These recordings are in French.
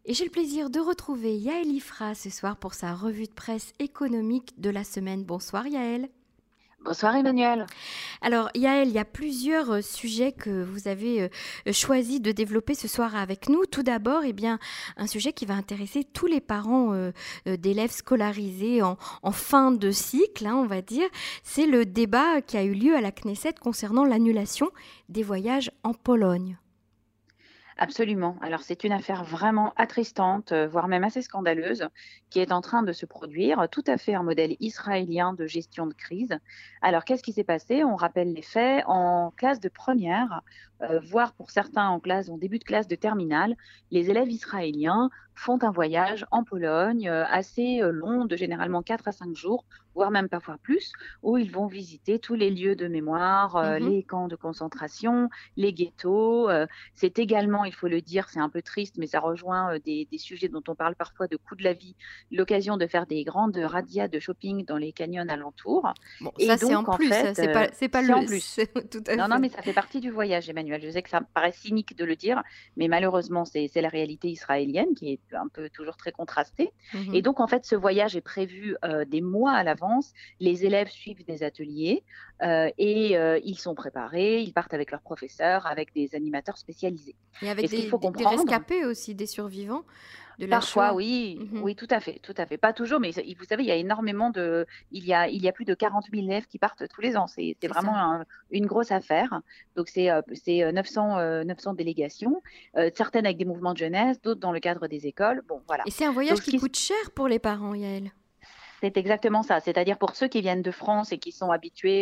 Et j'ai le plaisir de retrouver Yaël Ifra ce soir pour sa revue de presse économique de la semaine. Bonsoir Yaël. Bonsoir Emmanuel. Alors Yaël, il y a plusieurs sujets que vous avez choisi de développer ce soir avec nous. Tout d'abord, un sujet qui va intéresser tous les parents d'élèves scolarisés en fin de cycle, on va dire. C'est le débat qui a eu lieu à la Knesset concernant l'annulation des voyages en Pologne. Absolument. Alors c'est une affaire vraiment attristante, voire même assez scandaleuse, qui est en train de se produire, tout à fait un modèle israélien de gestion de crise. Alors qu'est-ce qui s'est passé? On rappelle les faits. En classe de première, voire pour certains en début de classe de terminale, les élèves israéliens font un voyage en Pologne assez long, de généralement 4 à 5 jours, voire même parfois plus, où ils vont visiter tous les lieux de mémoire, Mhm. les camps de concentration, les ghettos. C'est également, il faut le dire, c'est un peu triste, mais ça rejoint des sujets dont on parle parfois de coût de la vie, l'occasion de faire des grandes razzias de shopping dans les canyons alentours. Bon, Et ça c'est en donc, en plus, fait, c'est pas c'est en le, plus. tout à Non, non, fait. mais ça fait partie du voyage, Emmanuel. Je sais que ça me paraît cynique de le dire, mais malheureusement, c'est la réalité israélienne qui est un peu toujours très contrastée. Et Mhm. donc, en fait, ce voyage est prévu des mois à l'avance. Les élèves suivent des ateliers ils sont préparés, ils partent avec leurs professeurs, avec des animateurs spécialisés. Et Et avec ce qu'il faut des comprendre, rescapés aussi, des survivants de la parfois, Shoah. oui, Mhm. oui, tout à fait, tout à fait. Pas toujours, mais vous savez, il y a énormément de, il y a plus de 40 000 élèves qui partent tous les ans. C'est C'est vraiment ça. une grosse affaire. Donc c'est 900 délégations, certaines avec des mouvements de jeunesse, d'autres dans le cadre des écoles. Bon, voilà. Et c'est un voyage Donc ce qui qui se coûte cher pour les parents, Yael. C'est exactement ça. C'est-à-dire pour ceux qui viennent de France et qui sont habitués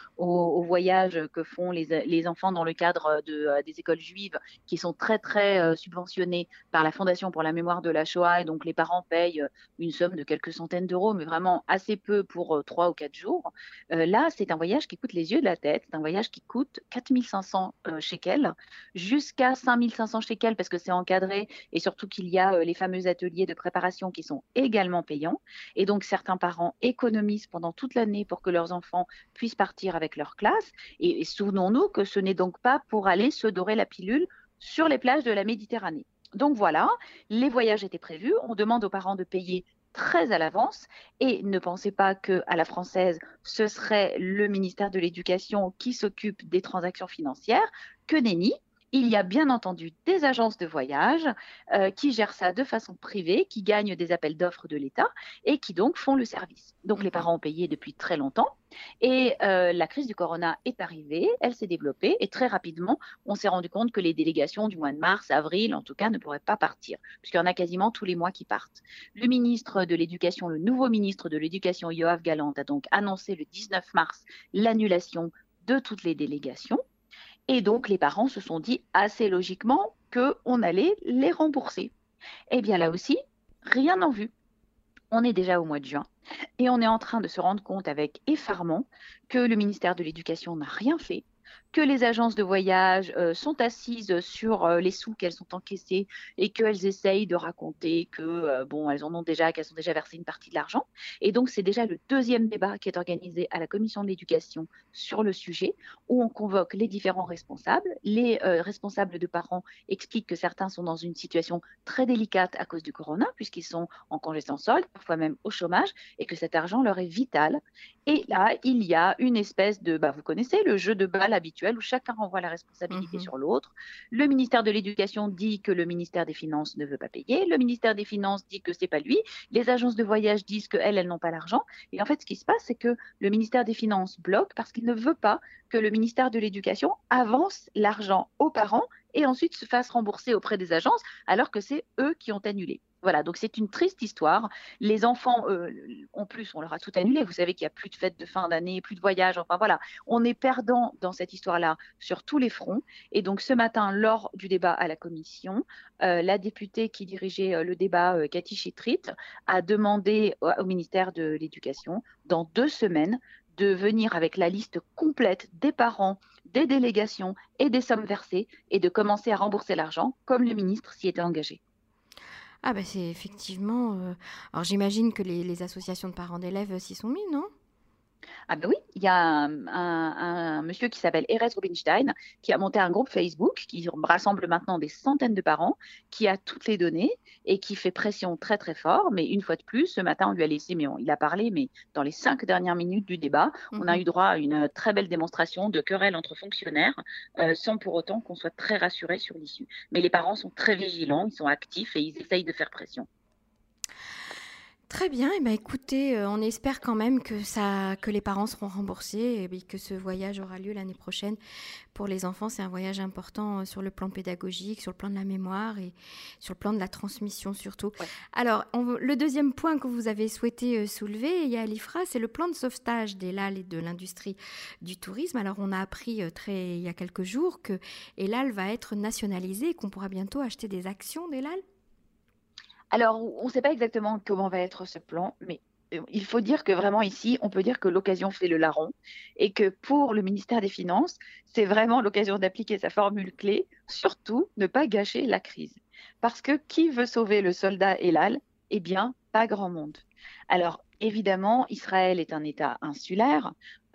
au voyage que font les enfants dans le cadre des écoles juives, qui sont très, très subventionnés par la Fondation pour la mémoire de la Shoah. Et donc, les parents payent une somme de quelques centaines d'euros, mais vraiment assez peu pour 3 ou 4 jours. Là, c'est un voyage qui coûte les yeux de la tête. C'est un voyage qui coûte 4500 shekels jusqu'à 5500 shekels parce que c'est encadré et surtout qu'il y a les fameux ateliers de préparation qui sont également payants. Et donc, certains parents économisent pendant toute l'année pour que leurs enfants puissent partir avec leur classe. Et souvenons-nous que ce n'est donc pas pour aller se dorer la pilule sur les plages de la Méditerranée. Donc voilà, les voyages étaient prévus. On demande aux parents de payer très à l'avance et ne pensez pas qu'à la française, ce serait le ministère de l'Éducation qui s'occupe des transactions financières. Que nenni, il y a bien entendu des agences de voyage qui gèrent ça de façon privée, qui gagnent des appels d'offres de l'État et qui donc font le service. Donc les Mhm. parents ont payé depuis très longtemps et la crise du corona est arrivée, elle s'est développée et très rapidement, on s'est rendu compte que les délégations du mois de mars, avril en tout cas, ne pourraient pas partir puisqu'il y en a quasiment tous les mois qui partent. Le ministre de l'Éducation, le nouveau ministre de l'Éducation, Yoav Gallant, a donc annoncé le 19 mars l'annulation de toutes les délégations. Et donc, les parents se sont dit assez logiquement qu'on allait les rembourser. Eh bien, là aussi, rien en vue. On est déjà au mois de juin et on est en train de se rendre compte avec effarement que le ministère de l'Éducation n'a rien fait, que les agences de voyage sont assises sur les sous qu'elles ont encaissés et qu'elles essayent de raconter que bon, qu'elles ont déjà versé une partie de l'argent. Et donc c'est déjà le deuxième débat qui est organisé à la commission de l'éducation sur le sujet, où on convoque les différents responsables. Les responsables de parents expliquent que certains sont dans une situation très délicate à cause du corona, puisqu'ils sont en congé sans solde, parfois même au chômage, et que cet argent leur est vital. Et là, il y a une espèce de, vous connaissez, le jeu de balle habituel où chacun renvoie la responsabilité Mhm. sur l'autre. Le ministère de l'Éducation dit que le ministère des Finances ne veut pas payer. Le ministère des Finances dit que c'est pas lui. Les agences de voyage disent qu'elles n'ont pas l'argent. Et en fait, ce qui se passe, c'est que le ministère des Finances bloque parce qu'il ne veut pas que le ministère de l'Éducation avance l'argent aux parents et ensuite se fasse rembourser auprès des agences alors que c'est eux qui ont annulé. Voilà, donc c'est une triste histoire. Les enfants, en plus, on leur a tout annulé. Vous savez qu'il n'y a plus de fêtes de fin d'année, plus de voyages. Enfin voilà, on est perdant dans cette histoire-là sur tous les fronts. Et donc ce matin, lors du débat à la commission, la députée qui dirigeait le débat, Cathy Chitrit, a demandé au ministère de l'Éducation, dans 2 semaines, de venir avec la liste complète des parents, des délégations et des sommes versées et de commencer à rembourser l'argent comme le ministre s'y était engagé. Ah bah c'est effectivement. Alors j'imagine que les associations de parents d'élèves s'y sont mis, non? Ah ben oui, il y a un monsieur qui s'appelle Erez Rubinstein qui a monté un groupe Facebook qui rassemble maintenant des centaines de parents, qui a toutes les données et qui fait pression très très fort. Mais une fois de plus, ce matin, on lui a laissé, il a parlé, mais dans les 5 dernières minutes du débat, on a Mhm. eu droit à une très belle démonstration de querelle entre fonctionnaires, sans pour autant qu'on soit très rassuré sur l'issue. Mais les parents sont très vigilants, ils sont actifs et ils essayent de faire pression. Très bien, et ben écoutez, on espère quand même que les parents seront remboursés et que ce voyage aura lieu l'année prochaine. Pour les enfants, c'est un voyage important sur le plan pédagogique, sur le plan de la mémoire et sur le plan de la transmission surtout. Ouais. Alors, le deuxième point que vous avez souhaité soulever, Yalifra, c'est le plan de sauvetage des LAL et de l'industrie du tourisme. Alors, on a appris il y a quelques jours que Elal va être nationalisé et qu'on pourra bientôt acheter des actions d'Elal. Alors, on ne sait pas exactement comment va être ce plan, mais il faut dire que vraiment ici, on peut dire que l'occasion fait le larron et que pour le ministère des Finances, c'est vraiment l'occasion d'appliquer sa formule clé, surtout ne pas gâcher la crise. Parce que qui veut sauver le soldat Elal? Eh bien, pas grand monde. Alors, évidemment, Israël est un État insulaire.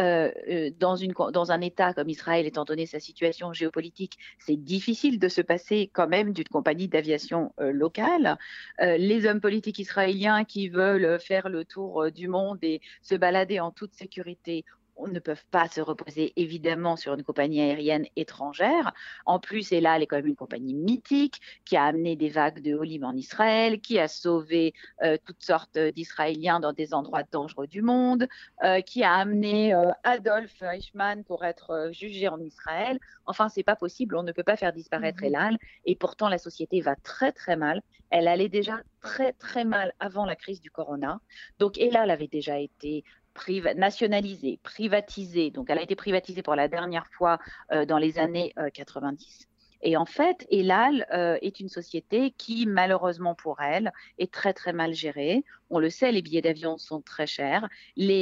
Dans un État comme Israël, étant donné sa situation géopolitique, c'est difficile de se passer quand même d'une compagnie d'aviation locale. Les hommes politiques israéliens qui veulent faire le tour du monde et se balader en toute sécurité ne peuvent pas se reposer évidemment sur une compagnie aérienne étrangère. En plus, Elal est quand même une compagnie mythique qui a amené des vagues de Olim en Israël, qui a sauvé toutes sortes d'Israéliens dans des endroits dangereux du monde, qui a amené Adolf Eichmann pour être jugé en Israël. Enfin, c'est pas possible, on ne peut pas faire disparaître Mhm. Elal. Et pourtant, la société va très très mal. Elle allait déjà très très mal avant la crise du corona. Donc Elal avait déjà été nationalisée, privatisée. Donc elle a été privatisée pour la dernière fois dans les années 90. Et en fait, Elal est une société qui, malheureusement pour elle, est très très mal gérée. On le sait, les billets d'avion sont très chers.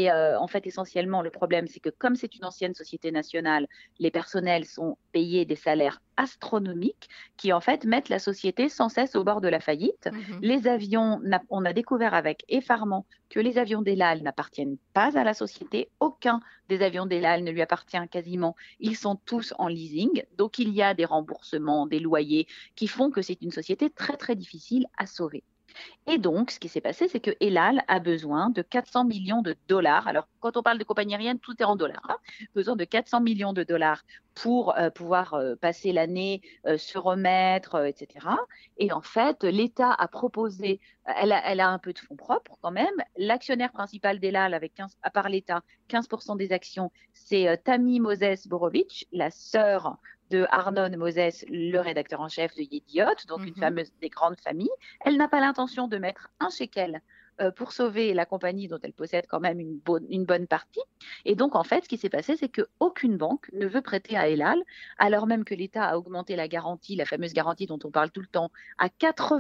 En fait, essentiellement, le problème, c'est que comme c'est une ancienne société nationale, les personnels sont payés des salaires astronomiques qui, en fait, mettent la société sans cesse au bord de la faillite. Mhm. Les avions, on a découvert avec effarement que les avions d'Elal n'appartiennent pas à la société. Aucun des avions d'Elal ne lui appartient quasiment. Ils sont tous en leasing. Donc, il y a des remboursements, des loyers qui font que c'est une société très, très difficile à sauver. Et donc, ce qui s'est passé, c'est que Elal a besoin de 400 millions de dollars. Alors, quand on parle de compagnie aérienne, tout est en dollars. Hein. Besoin de 400 millions de dollars pour pouvoir passer l'année, se remettre, etc. Et en fait, l'État a proposé, elle a un peu de fonds propres quand même. L'actionnaire principal d'Elal, avec 15, à part l'État, 15% des actions, c'est Tammy Moses Borovitch, la sœur de Arnon Moses, le rédacteur en chef de Yediot, donc une Mhm. fameuse des grandes familles. Elle n'a pas l'intention de mettre un shekel pour sauver la compagnie dont elle possède quand même une bonne partie. Et donc, en fait, ce qui s'est passé, c'est qu'aucune banque ne veut prêter à Elal, alors même que l'État a augmenté la garantie, la fameuse garantie dont on parle tout le temps, à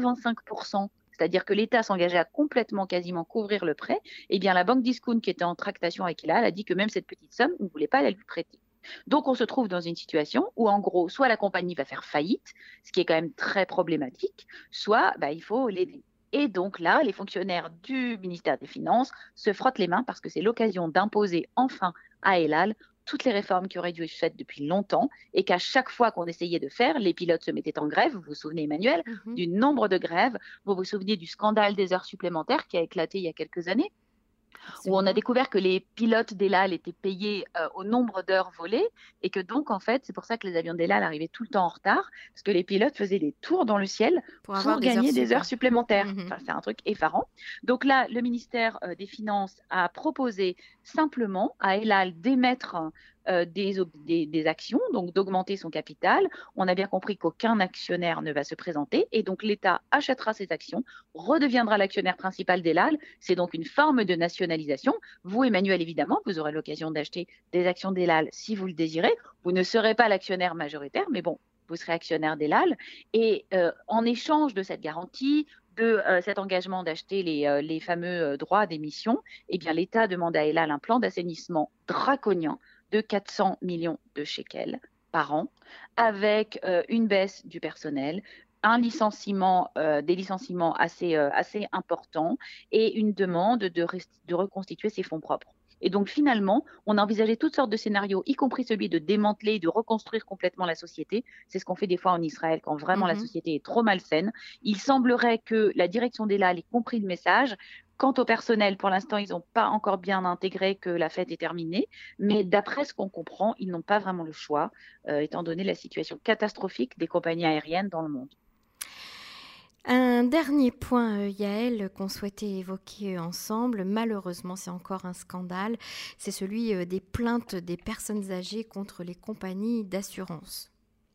85%. C'est-à-dire que l'État s'engageait à complètement, quasiment couvrir le prêt. Eh bien, la banque Discount, qui était en tractation avec Elal, a dit que même cette petite somme, ne voulait pas la lui prêter. Donc, on se trouve dans une situation où, en gros, soit la compagnie va faire faillite, ce qui est quand même très problématique, soit bah, il faut l'aider. Et donc là, les fonctionnaires du ministère des Finances se frottent les mains parce que c'est l'occasion d'imposer enfin à Elal toutes les réformes qui auraient dû être faites depuis longtemps et qu'à chaque fois qu'on essayait de faire, les pilotes se mettaient en grève. Vous vous souvenez, Emmanuel, Mhm. du nombre de grèves. Vous vous souvenez du scandale des heures supplémentaires qui a éclaté il y a quelques années où on a Absolument. découvert que les pilotes d'Elal étaient payés au nombre d'heures volées et que donc, en fait, c'est pour ça que les avions d'Elal arrivaient tout le temps en retard, parce que les pilotes faisaient des tours dans le ciel Pour avoir pour des heures gagner des sup. heures supplémentaires. Mhm. Enfin, c'est un truc effarant. Donc là, le ministère des Finances a proposé simplement à Elal d'émettre des actions, donc d'augmenter son capital. On a bien compris qu'aucun actionnaire ne va se présenter et donc l'État achètera ces actions, redeviendra l'actionnaire principal d'Elal. C'est donc une forme de nationalisation. Vous, Emmanuel, évidemment, vous aurez l'occasion d'acheter des actions d'Elal si vous le désirez. Vous ne serez pas l'actionnaire majoritaire, mais bon, vous serez actionnaire d'Elal. Et en échange de cette garantie, de cet engagement d'acheter les fameux droits d'émission, eh bien, l'État demande à Elal un plan d'assainissement draconien de 400 millions de shekels par an, avec une baisse du personnel, des licenciements assez importants et une demande de reconstituer ses fonds propres. Et donc finalement, on a envisagé toutes sortes de scénarios, y compris celui de démanteler et de reconstruire complètement la société. C'est ce qu'on fait des fois en Israël quand vraiment la Mhm. société est trop malsaine. Il semblerait que la direction d'Elal ait compris le message. Quant au personnel, pour l'instant, ils n'ont pas encore bien intégré que la fête est terminée, mais d'après ce qu'on comprend, ils n'ont pas vraiment le choix, étant donné la situation catastrophique des compagnies aériennes dans le monde. Un dernier point, Yaël, qu'on souhaitait évoquer ensemble, malheureusement c'est encore un scandale, c'est celui des plaintes des personnes âgées contre les compagnies d'assurance.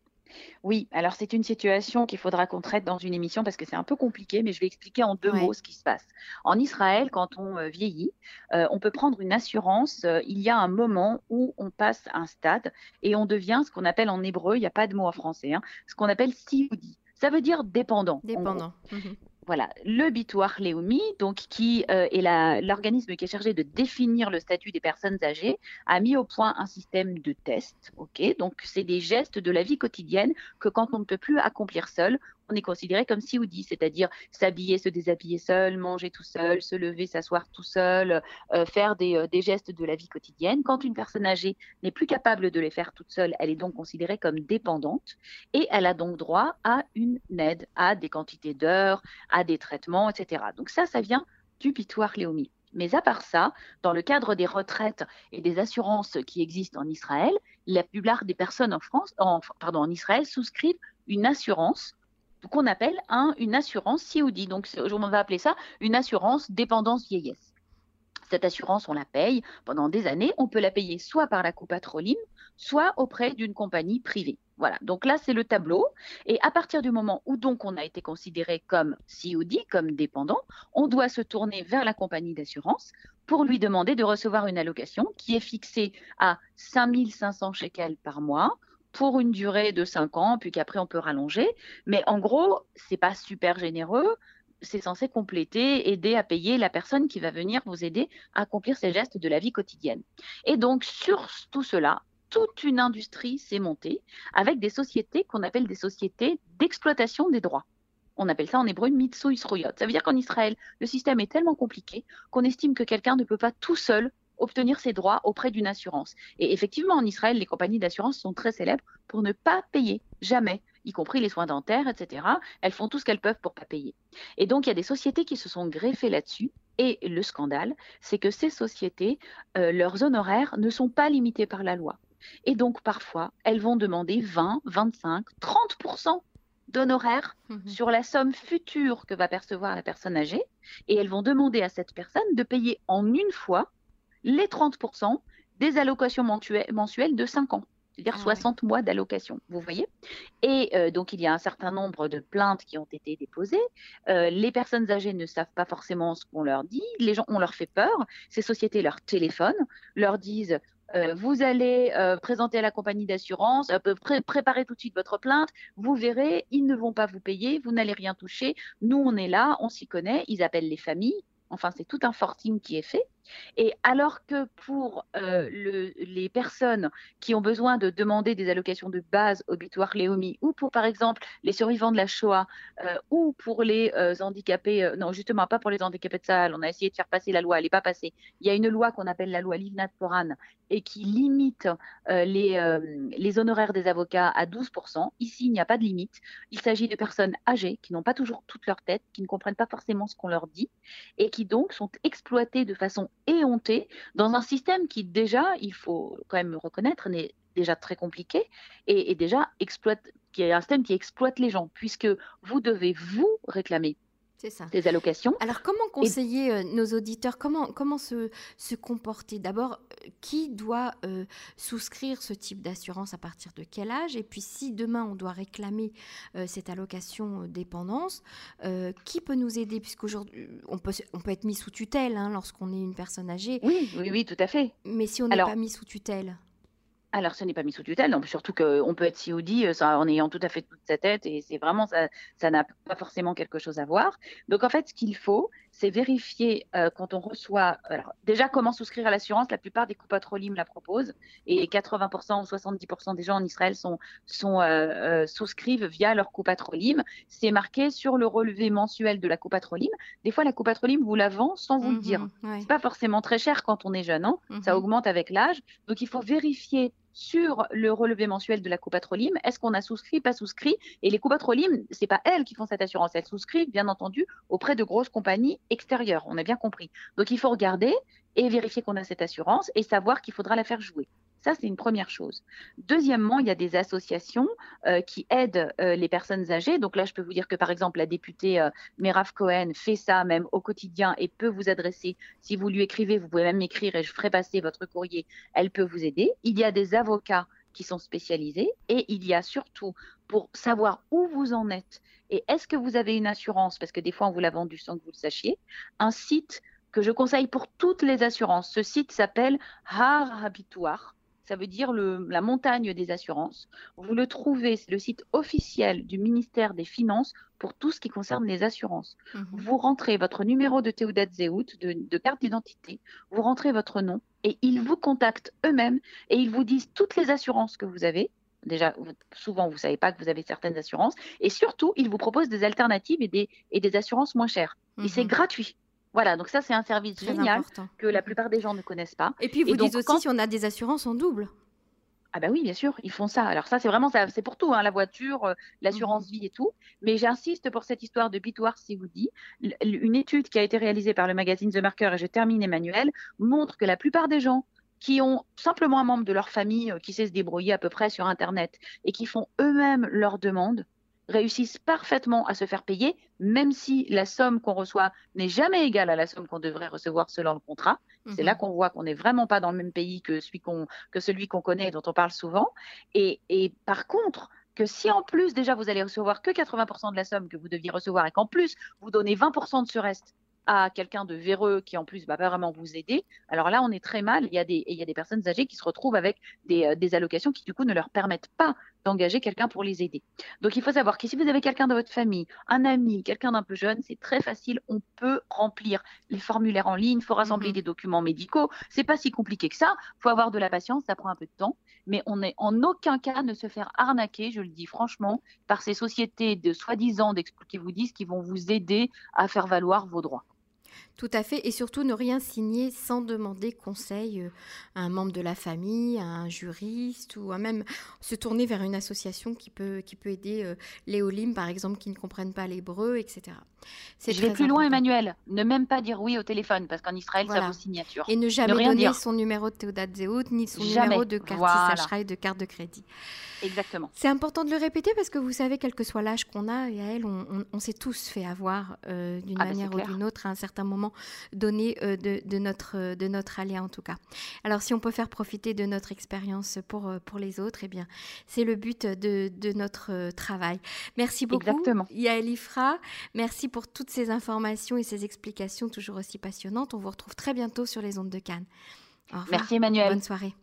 Oui, alors c'est une situation qu'il faudra qu'on traite dans une émission parce que c'est un peu compliqué, mais je vais expliquer en 2 mots Ouais, ce qui se passe. En Israël, quand on vieillit, on peut prendre une assurance. Il y a un moment où on passe un stade et on devient ce qu'on appelle en hébreu, il n'y a pas de mot en français, hein, ce qu'on appelle sioudi. Ça veut dire dépendant, en gros. dépendant. Mhm. Voilà, le Bitoire Leumi, donc qui est l'organisme qui est chargé de définir le statut des personnes âgées, a mis au point un système de tests. Ok, donc c'est des gestes de la vie quotidienne que quand on ne peut plus accomplir seul, on est considéré comme sioudi, c'est-à-dire s'habiller, se déshabiller seul, manger tout seul, se lever, s'asseoir tout seul, faire des gestes de la vie quotidienne. Quand une personne âgée n'est plus capable de les faire toute seule, elle est donc considérée comme dépendante et elle a donc droit à une aide, à des quantités d'heures, à des traitements, etc. Donc ça vient du Bitoire Leumi. Mais à part ça, dans le cadre des retraites et des assurances qui existent en Israël, la plupart des personnes en Israël souscrivent une assurance qu'on appelle une assurance COD. Donc, on va appeler ça une assurance dépendance vieillesse. Cette assurance, on la paye pendant des années. On peut la payer soit par la Coupa Trolim, soit auprès d'une compagnie privée. Voilà, donc là, c'est le tableau. Et à partir du moment où donc on a été considéré comme COD, comme dépendant, on doit se tourner vers la compagnie d'assurance pour lui demander de recevoir une allocation qui est fixée à 5 500 shekels par mois pour une durée de 5 ans, puis qu'après on peut rallonger. Mais en gros, c'est pas super généreux. C'est censé compléter, aider à payer la personne qui va venir vous aider à accomplir ces gestes de la vie quotidienne. Et donc, sur tout cela, toute une industrie s'est montée avec des sociétés qu'on appelle des sociétés d'exploitation des droits. On appelle ça en hébreu Mitsu Isroyot. Ça veut dire qu'en Israël, le système est tellement compliqué qu'on estime que quelqu'un ne peut pas tout seul obtenir ses droits auprès d'une assurance. Et effectivement, en Israël, les compagnies d'assurance sont très célèbres pour ne pas payer, jamais, y compris les soins dentaires, etc. Elles font tout ce qu'elles peuvent pour ne pas payer. Et donc, il y a des sociétés qui se sont greffées là-dessus. Et le scandale, c'est que ces sociétés, leurs honoraires ne sont pas limités par la loi. Et donc, parfois, elles vont demander 20, 25, 30% d'honoraires Mhm. sur la somme future que va percevoir la personne âgée. Et elles vont demander à cette personne de payer en une fois les 30% des allocations mensuelles de 5 ans, c'est-à-dire Ah ouais. 60 mois d'allocation, vous voyez. Et donc, il y a un certain nombre de plaintes qui ont été déposées. Les personnes âgées ne savent pas forcément ce qu'on leur dit. Les gens, on leur fait peur. Ces sociétés leur téléphonent, leur disent vous allez présenter à la compagnie d'assurance, préparez tout de suite votre plainte, vous verrez, ils ne vont pas vous payer, vous n'allez rien toucher. Nous, on est là, on s'y connaît, ils appellent les familles. Enfin, c'est tout un forcing qui est fait. Et alors que pour les personnes qui ont besoin de demander des allocations de base au Bitoire Leumi, ou pour, par exemple, les survivants de la Shoah, ou pour les handicapés, non, justement, pas pour les handicapés de Sahel, on a essayé de faire passer la loi, elle n'est pas passée. Il y a une loi qu'on appelle la loi Livnat Poran et qui limite les honoraires des avocats à 12%. Ici, il n'y a pas de limite. Il s'agit de personnes âgées qui n'ont pas toujours toute leur tête, qui ne comprennent pas forcément ce qu'on leur dit et qui donc sont exploitées de façon éhontée dans un système qui déjà, il faut quand même le reconnaître, n'est déjà très compliqué et déjà qui est un système qui exploite les gens puisque vous devez vous réclamer C'est ça. des allocations. Alors, comment Et conseiller nos auditeurs, comment se comporter? D'abord, qui doit souscrire ce type d'assurance à partir de quel âge? Et puis, si demain on doit réclamer cette allocation dépendance, qui peut nous aider? Puisqu'aujourd'hui, on peut être mis sous tutelle, hein, lorsqu'on est une personne âgée, oui, oui, oui, tout à fait. mais si on n'est Alors, pas mis sous tutelle. Alors, ce n'est pas mis sous tutelle, non, surtout qu'on peut être COD en ayant tout à fait toute sa tête et c'est vraiment ça n'a pas forcément quelque chose à voir. Donc, en fait, ce qu'il faut, c'est vérifier quand on reçoit. Alors, déjà, comment souscrire à l'assurance? La plupart des Coupatrolim la proposent et 80% ou 70% des gens en Israël souscrivent via leur Coupatrolim. C'est marqué sur le relevé mensuel de la Coupatrolim. Des fois, la Coupatrolim vous la vend sans vous le dire. Ouais. C'est pas forcément très cher quand on est jeune, hein. Ça augmente avec l'âge. Donc, il faut vérifier sur le relevé mensuel de la Coupatrolim, est-ce qu'on a souscrit, pas souscrit? Et les Coupatrolim, c'est pas elles qui font cette assurance, elles souscrivent bien entendu auprès de grosses compagnies extérieures, on a bien compris. Donc il faut regarder et vérifier qu'on a cette assurance et savoir qu'il faudra la faire jouer. Ça, c'est une première chose. Deuxièmement, il y a des associations qui aident les personnes âgées. Donc là, je peux vous dire que par exemple, la députée Meirav Cohen fait ça même au quotidien et peut vous adresser. Si vous lui écrivez, vous pouvez même m'écrire et je ferai passer votre courrier. Elle peut vous aider. Il y a des avocats qui sont spécialisés et il y a surtout, pour savoir où vous en êtes et est-ce que vous avez une assurance, parce que des fois, on vous l'a vendu sans que vous le sachiez, un site que je conseille pour toutes les assurances. Ce site s'appelle Har Habituar. Ça veut dire la montagne des assurances. Vous le trouvez, c'est le site officiel du ministère des Finances pour tout ce qui concerne les assurances. Vous rentrez votre numéro de Teudat Zéhout, de carte d'identité, vous rentrez votre nom et ils vous contactent eux-mêmes et ils vous disent toutes les assurances que vous avez. Déjà, souvent, vous ne savez pas que vous avez certaines assurances et surtout, ils vous proposent des alternatives et des assurances moins chères. Et c'est gratuit. Voilà, donc ça, c'est un service très génial important que la plupart des gens ne connaissent pas. Et puis, vous dites aussi si on a des assurances en double. Ah bah oui, bien sûr, ils font ça. Alors ça, c'est vraiment ça, c'est pour tout, hein, la voiture, l'assurance vie et tout. Mais j'insiste pour cette histoire de Bitoir Sigoudi. Une étude qui a été réalisée par le magazine The Marker, et je termine Emmanuel, montre que la plupart des gens qui ont simplement un membre de leur famille qui sait se débrouiller à peu près sur Internet et qui font eux-mêmes leurs demandes, réussissent parfaitement à se faire payer, même si la somme qu'on reçoit n'est jamais égale à la somme qu'on devrait recevoir selon le contrat. C'est là qu'on voit qu'on n'est vraiment pas dans le même pays que celui qu'on connaît et dont on parle souvent. Et par contre, que si en plus déjà vous allez recevoir que 80% de la somme que vous deviez recevoir et qu'en plus vous donnez 20% de ce reste à quelqu'un de véreux qui en plus va pas vraiment vous aider, alors là on est très mal. Il y a des personnes âgées qui se retrouvent avec des allocations qui du coup ne leur permettent pas d'engager quelqu'un pour les aider. Donc il faut savoir que si vous avez quelqu'un dans votre famille, un ami, quelqu'un d'un peu jeune, c'est très facile, on peut remplir les formulaires en ligne, il faut rassembler des documents médicaux, c'est pas si compliqué que ça, il faut avoir de la patience, ça prend un peu de temps, mais on n'est en aucun cas ne se faire arnaquer, je le dis franchement, par ces sociétés de soi-disant qui vous disent qu'ils vont vous aider à faire valoir vos droits. Tout à fait, et surtout ne rien signer sans demander conseil à un membre de la famille, à un juriste ou à même se tourner vers une association qui peut aider les Olim par exemple qui ne comprennent pas l'hébreu, etc. Je vais plus loin Emmanuel, ne même pas dire oui au téléphone parce qu'en Israël ça vaut signature. Et ne jamais donner son numéro de Teudat Zéhout ni son numéro de carte Sachraï, de carte de crédit. Exactement. C'est important de le répéter parce que vous savez, quel que soit l'âge qu'on a, Yael, on s'est tous fait avoir d'une manière ou d'une autre à un certain moment donné de notre aléa en tout cas. Alors si on peut faire profiter de notre expérience pour les autres, eh bien c'est le but de notre travail. Merci beaucoup. Exactement. Yael Ifra, merci pour toutes ces informations et ces explications toujours aussi passionnantes. On vous retrouve très bientôt sur les ondes de Cannes. Au revoir. Merci Emmanuel. Bonne soirée.